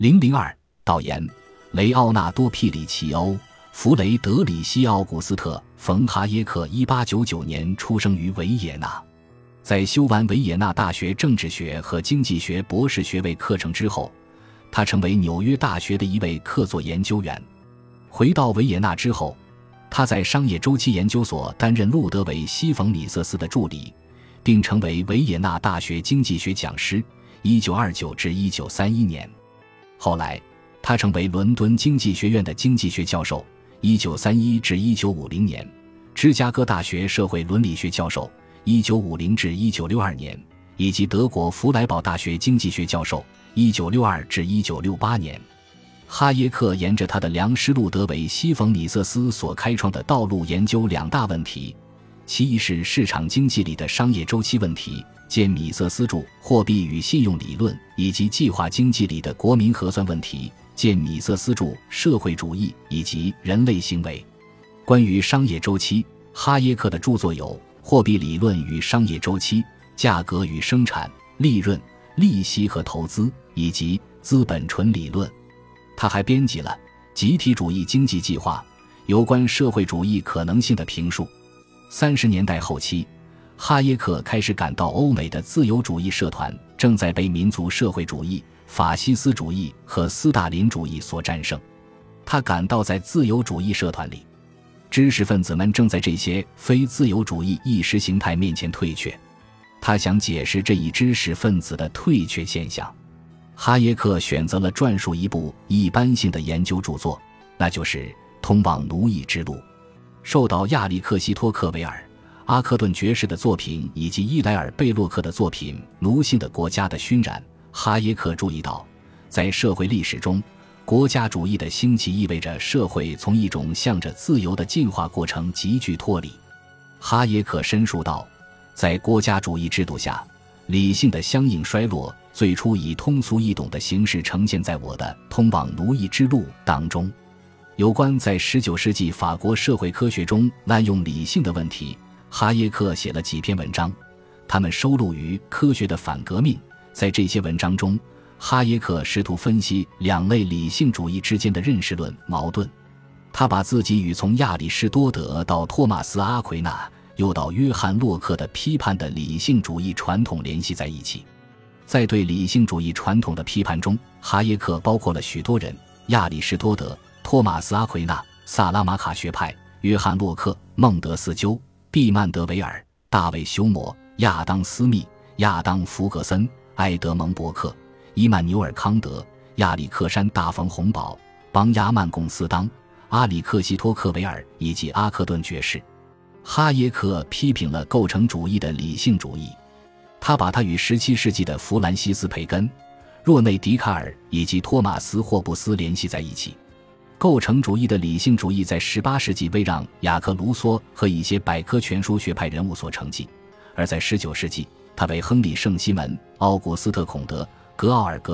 002导言，雷奥纳多·皮里奇欧·弗雷德里希·奥古斯特·冯·哈耶克1899年出生于维也纳。在修完维也纳大学政治学和经济学博士学位课程之后，他成为纽约大学的一位客座研究员。回到维也纳之后，他在商业周期研究所担任路德维希·冯·米瑟斯的助理，并成为维也纳大学经济学讲师1929至1931年。后来他成为伦敦经济学院的经济学教授1931至1950年，芝加哥大学社会伦理学教授1950至1962年，以及德国弗莱堡大学经济学教授1962至1968年。哈耶克沿着他的良师路德维希·冯·米瑟斯所开创的道路研究两大问题，其一是市场经济里的商业周期问题，见米瑟斯著《货币与信用理论》，以及计划经济里的国民核算问题，见米瑟斯著《社会主义以及人类行为》。关于商业周期，哈耶克的著作有《货币理论与商业周期》、《价格与生产》、《利润、利息和投资》以及《资本纯理论》。他还编辑了《集体主义经济计划》有关社会主义可能性的评述。30年代后期，哈耶克开始感到欧美的自由主义社团正在被民族社会主义、法西斯主义和斯大林主义所战胜。他感到在自由主义社团里，知识分子们正在这些非自由主义意识形态面前退却。他想解释这一知识分子的退却现象。哈耶克选择了撰述一部一般性的研究著作，那就是《通往奴役之路》。受到亚历克西托克维尔、阿克顿爵士的作品以及伊莱尔贝洛克的作品《奴性的国家》的熏染，哈耶克注意到，在社会历史中，国家主义的兴起意味着社会从一种向着自由的进化过程急剧脱离。哈耶克申述道，在国家主义制度下，理性的相应衰落最初以通俗易懂的形式呈现在我的《通往奴役之路》当中。有关在19世纪法国社会科学中滥用理性的问题，哈耶克写了几篇文章，他们收录于《科学的反革命》。在这些文章中，哈耶克试图分析两类理性主义之间的认识论矛盾。他把自己与从亚里士多德到托马斯·阿奎那又到约翰·洛克的批判的理性主义传统联系在一起。在对理性主义传统的批判中，哈耶克包括了许多人：亚里士多德、托马斯·阿奎那、萨拉马卡学派、约翰·洛克、孟德斯鸠、毕曼德维尔、大卫·休谟、亚当·斯密、亚当·弗格森、埃德蒙·伯克、伊曼纽尔·康德、亚历克山大·冯·洪堡、邦亚曼·贡斯当、阿里克西托克维尔以及阿克顿爵士。哈耶克批评了构成主义的理性主义，他把它与17世纪的弗兰西斯·培根、若内·笛卡尔以及托马斯·霍布斯联系在一起。构成主义的理性主义在18世纪未让雅克·卢梭和一些百科全书学派人物所承继，而在19世纪，他为亨利·圣西门、奥古斯特·孔德、格奥尔格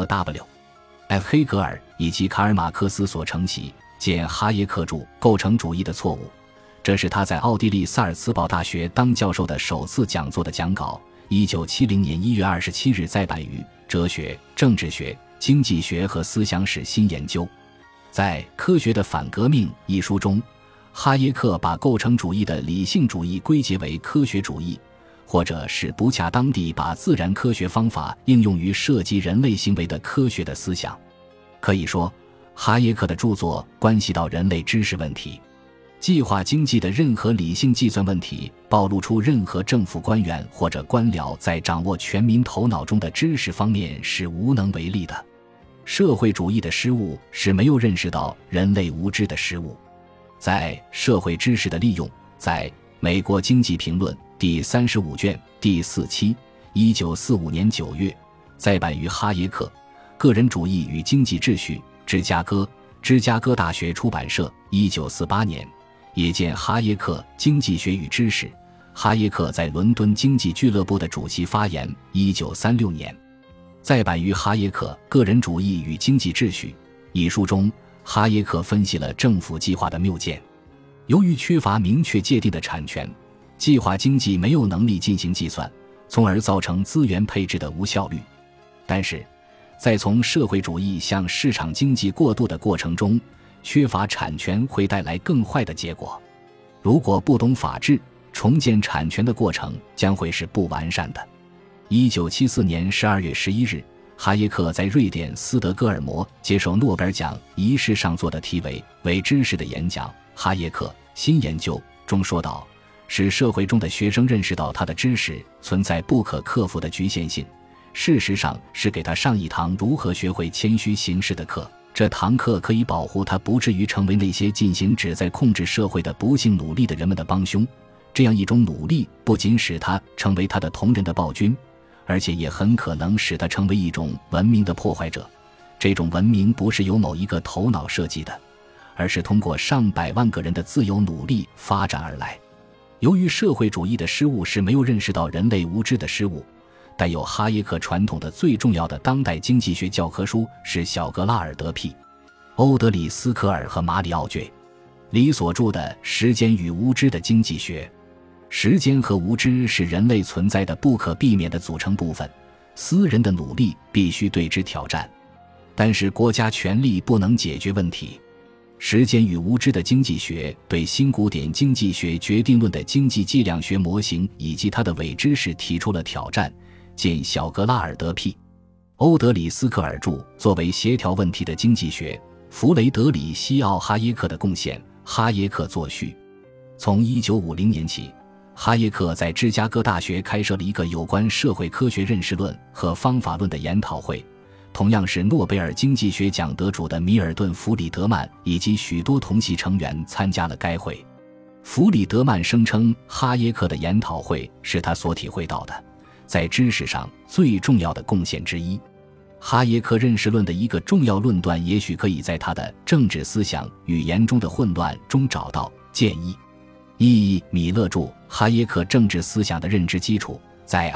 W.F. 黑格尔以及卡尔·马克思所承袭。见哈耶克著《构成主义的错误》，这是他在奥地利萨尔茨堡大学当教授的首次讲座的讲稿，1970年1月27日再版于《哲学、政治学、经济学和思想史新研究》。在《科学的反革命》一书中，哈耶克把构成主义的理性主义归结为科学主义，或者是不恰当地把自然科学方法应用于涉及人类行为的科学的思想。可以说，哈耶克的著作关系到人类知识问题。计划经济的任何理性计算问题暴露出任何政府官员或者官僚在掌握全民头脑中的知识方面是无能为力的。社会主义的失误是没有认识到人类无知的失误。在社会知识的利用，在美国经济评论第35卷第4期1945年9月再版于哈耶克个人主义与经济秩序，芝加哥大学出版社1948年，也见哈耶克经济学与知识，哈耶克在伦敦经济俱乐部的主席发言1936年，再版于哈耶克个人主义与经济秩序一书中，哈耶克分析了政府计划的谬见。由于缺乏明确界定的产权，计划经济没有能力进行计算，从而造成资源配置的无效率。但是在从社会主义向市场经济过渡的过程中，缺乏产权会带来更坏的结果。如果不懂法治，重建产权的过程将会是不完善的。1974年12月11日，哈耶克在瑞典斯德哥尔摩接受诺贝尔奖仪式上做的题为“伪知识”的演讲。哈耶克新研究中说道，使社会中的学生认识到他的知识存在不可克服的局限性，事实上是给他上一堂如何学会谦虚行事的课。这堂课可以保护他不至于成为那些进行旨在控制社会的不幸努力的人们的帮凶。这样一种努力不仅使他成为他的同仁的暴君，而且也很可能使他成为一种文明的破坏者。这种文明不是由某一个头脑设计的，而是通过上百万个人的自由努力发展而来。由于社会主义的失误是没有认识到人类无知的失误，带有哈耶克传统的最重要的当代经济学教科书是小格拉尔德 P. 欧德里斯科尔和马里奥 J. 里所著的《时间与无知的经济学》。时间和无知是人类存在的不可避免的组成部分，私人的努力必须对之挑战，但是国家权力不能解决问题。时间与无知的经济学对新古典经济学决定论的经济计量学模型以及它的伪知识提出了挑战，见小格拉尔德 P. 欧德里斯科尔著。作为协调问题的经济学，弗雷德里希奥哈耶克的贡献。哈耶克作序。从1950年起，哈耶克在芝加哥大学开设了一个有关社会科学认识论和方法论的研讨会，同样是诺贝尔经济学奖得主的米尔顿·弗里德曼以及许多同系成员参加了该会。弗里德曼声称哈耶克的研讨会是他所体会到的在知识上最重要的贡献之一。哈耶克认识论的一个重要论断也许可以在他的政治思想语言中的混乱中找到建议。米勒著《哈耶克政治思想的认知基础》，在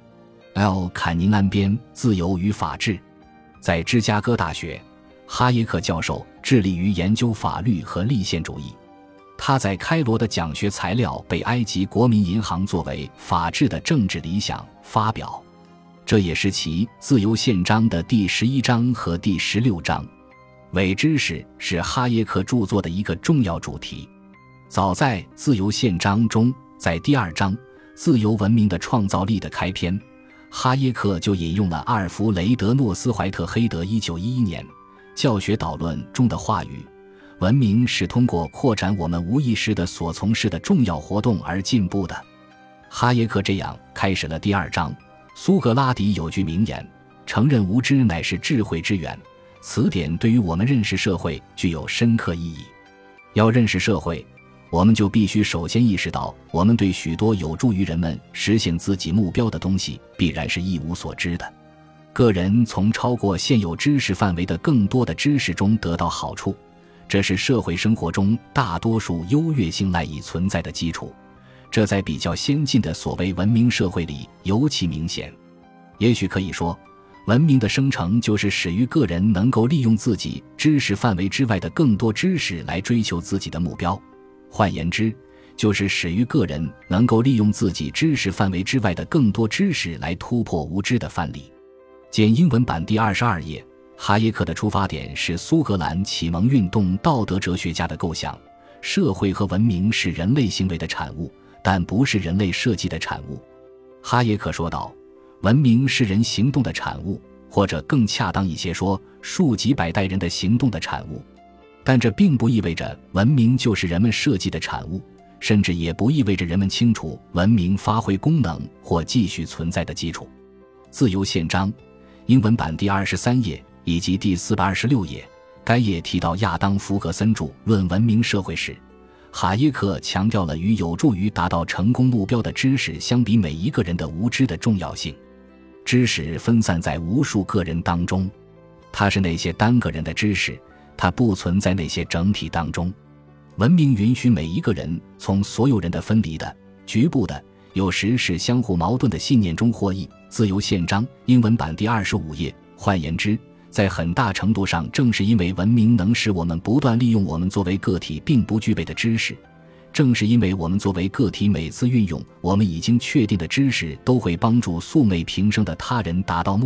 2L 坎宁安编《自由与法治》。在芝加哥大学，哈耶克教授致力于研究法律和立宪主义。他在开罗的讲学材料被埃及国民银行作为法治的政治理想发表，这也是其自由宪章的第11章和第16章。伪知识是哈耶克著作的一个重要主题。早在自由宪章中，在第2章自由文明的创造力的开篇，哈耶克就引用了阿尔弗雷德诺斯怀特黑德1911年教学导论中的话语：文明是通过扩展我们无意识的所从事的重要活动而进步的。哈耶克这样开始了第2章。苏格拉底有句名言：承认无知乃是智慧之源。此点对于我们认识社会具有深刻意义。要认识社会，我们就必须首先意识到，我们对许多有助于人们实现自己目标的东西必然是一无所知的。个人从超过现有知识范围的更多的知识中得到好处，这是社会生活中大多数优越性赖以存在的基础。这在比较先进的所谓文明社会里尤其明显。也许可以说，文明的生成就是使于个人能够利用自己知识范围之外的更多知识来追求自己的目标。换言之，就是使于个人能够利用自己知识范围之外的更多知识来突破无知的范例。见英文版第22页。哈耶克的出发点是苏格兰启蒙运动道德哲学家的构想，社会和文明是人类行为的产物，但不是人类设计的产物。哈耶克说道，文明是人行动的产物，或者更恰当一些说，数几百代人的行动的产物。但这并不意味着文明就是人们设计的产物，甚至也不意味着人们清楚文明发挥功能或继续存在的基础。自由宪章英文版第23页以及第426页，该页提到亚当·福格森著《论文明社会史》。哈耶克强调了与有助于达到成功目标的知识相比每一个人的无知的重要性。知识分散在无数个人当中，它是那些单个人的知识，它不存在那些整体当中。文明允许每一个人从所有人的分离的、局部的、有时是相互矛盾的信念中获益。自由宪章英文版第25页。换言之，在很大程度上，正是因为文明能使我们不断利用我们作为个体并不具备的知识，正是因为我们作为个体每次运用我们已经确定的知识都会帮助素昧平生的他人达到目的，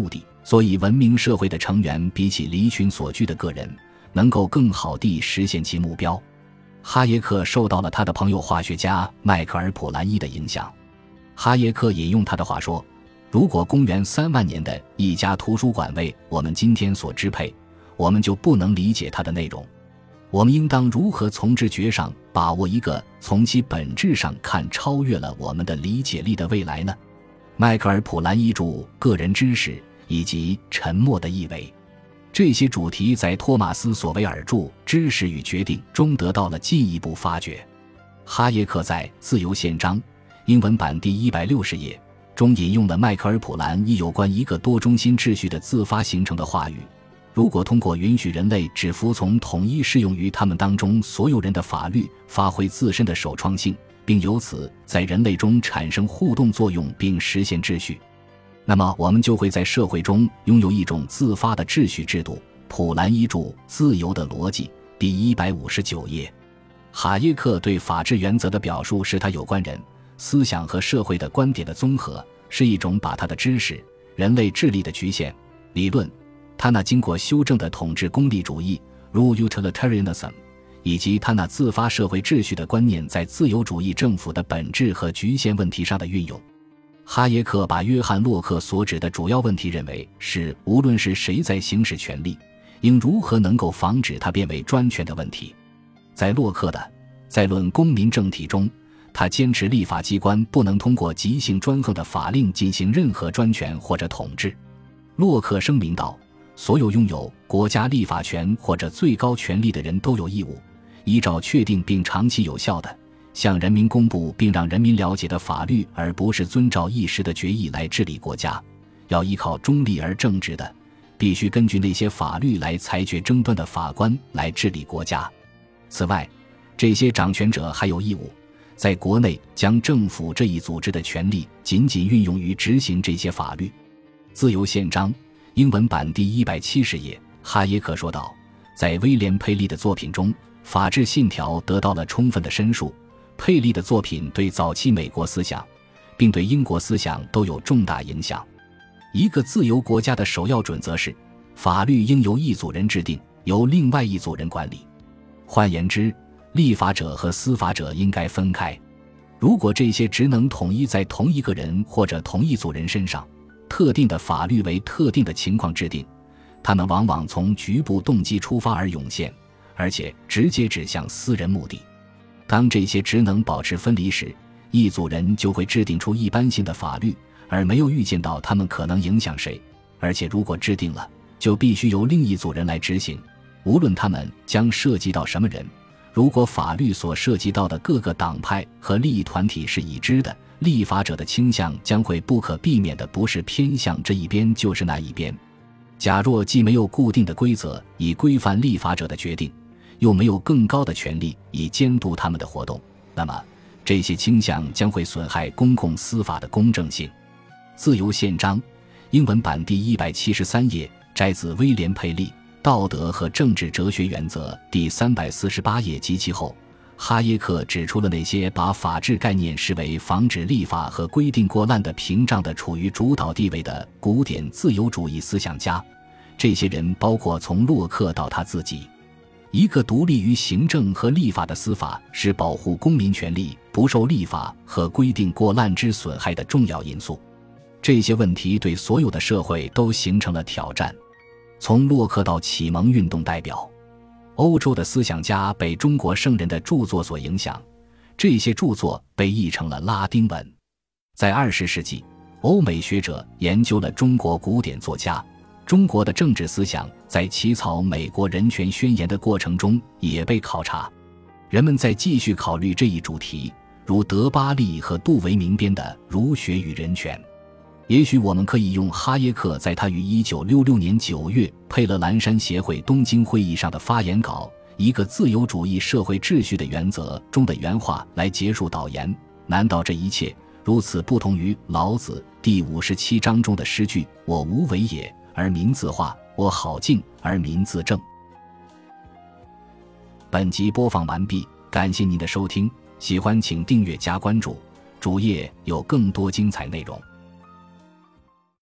所以文明社会的成员比起离群所居的个人，能够更好地实现其目标。哈耶克受到了他的朋友化学家迈克尔·普兰伊的影响。哈耶克引用他的话说，如果公元3万年的一家图书馆为我们今天所支配，我们就不能理解它的内容。我们应当如何从直觉上把握一个从其本质上看超越了我们的理解力的未来呢？迈克尔·普兰伊著《个人知识》以及《沉默的意味》，这些主题在托马斯·索维尔著《知识与决定》中得到了进一步发掘。哈耶克在《自由宪章》英文版第160页中引用了迈克尔·普兰伊有关一个多中心秩序的自发形成的话语：如果通过允许人类只服从统一适用于他们当中所有人的法律发挥自身的首创性，并由此在人类中产生互动作用并实现秩序，那么我们就会在社会中拥有一种自发的秩序制度。普兰伊著《自由的逻辑》第159页。哈耶克对法治原则的表述是他有关人、思想和社会的观点的综合，是一种把他的知识、人类智力的局限理论，他那经过修正的统治功利主义 rule utilitarianism， 以及他那自发社会秩序的观念在自由主义政府的本质和局限问题上的运用。哈耶克把约翰·洛克所指的主要问题认为是无论是谁在行使权力，应如何能够防止它变为专权的问题。在洛克的《在论公民政体》中，他坚持立法机关不能通过即兴专横的法令进行任何专权或者统治。洛克声明道，所有拥有国家立法权或者最高权力的人都有义务，依照确定并长期有效的向人民公布并让人民了解的法律，而不是遵照一时的决议来治理国家，要依靠中立而正直的，必须根据那些法律来裁决争端的法官来治理国家。此外，这些掌权者还有义务在国内将政府这一组织的权力仅仅运用于执行这些法律。自由宪章英文版第170页，哈耶克说道，在威廉·佩利的作品中，法治信条得到了充分的申述。佩利的作品对早期美国思想并对英国思想都有重大影响。一个自由国家的首要准则是，法律应由一组人制定，由另外一组人管理。换言之，立法者和司法者应该分开。如果这些职能统一在同一个人或者同一组人身上，特定的法律为特定的情况制定，他们往往从局部动机出发而涌现，而且直接指向私人目的。当这些职能保持分离时，一组人就会制定出一般性的法律，而没有预见到他们可能影响谁，而且如果制定了，就必须由另一组人来执行，无论他们将涉及到什么人。如果法律所涉及到的各个党派和利益团体是已知的，立法者的倾向将会不可避免的不是偏向这一边就是那一边。假若既没有固定的规则以规范立法者的决定，又没有更高的权力以监督他们的活动，那么这些倾向将会损害公共司法的公正性。自由宪章英文版第173页，摘自威廉·佩利《道德和政治哲学原则》第348页及其后。哈耶克指出了那些把法治概念视为防止立法和规定过滥的屏障的处于主导地位的古典自由主义思想家，这些人包括从洛克到他自己。一个独立于行政和立法的司法是保护公民权利不受立法和规定过滥之损害的重要因素。这些问题对所有的社会都形成了挑战。从洛克到启蒙运动代表，欧洲的思想家被中国圣人的著作所影响，这些著作被译成了拉丁文。在20世纪，欧美学者研究了中国古典作家，中国的政治思想在起草美国人权宣言的过程中也被考察。人们在继续考虑这一主题，如德巴利和杜维明编的《儒学与人权》。也许我们可以用哈耶克在他于1966年9月佩勒兰山协会东京会议上的发言稿《一个自由主义社会秩序的原则》中的原话来结束导言。难道这一切如此不同于老子第57章中的诗句“我无为也，而民自化；我好静，而民自正”？本集播放完毕，感谢您的收听，喜欢请订阅加关注，主页有更多精彩内容。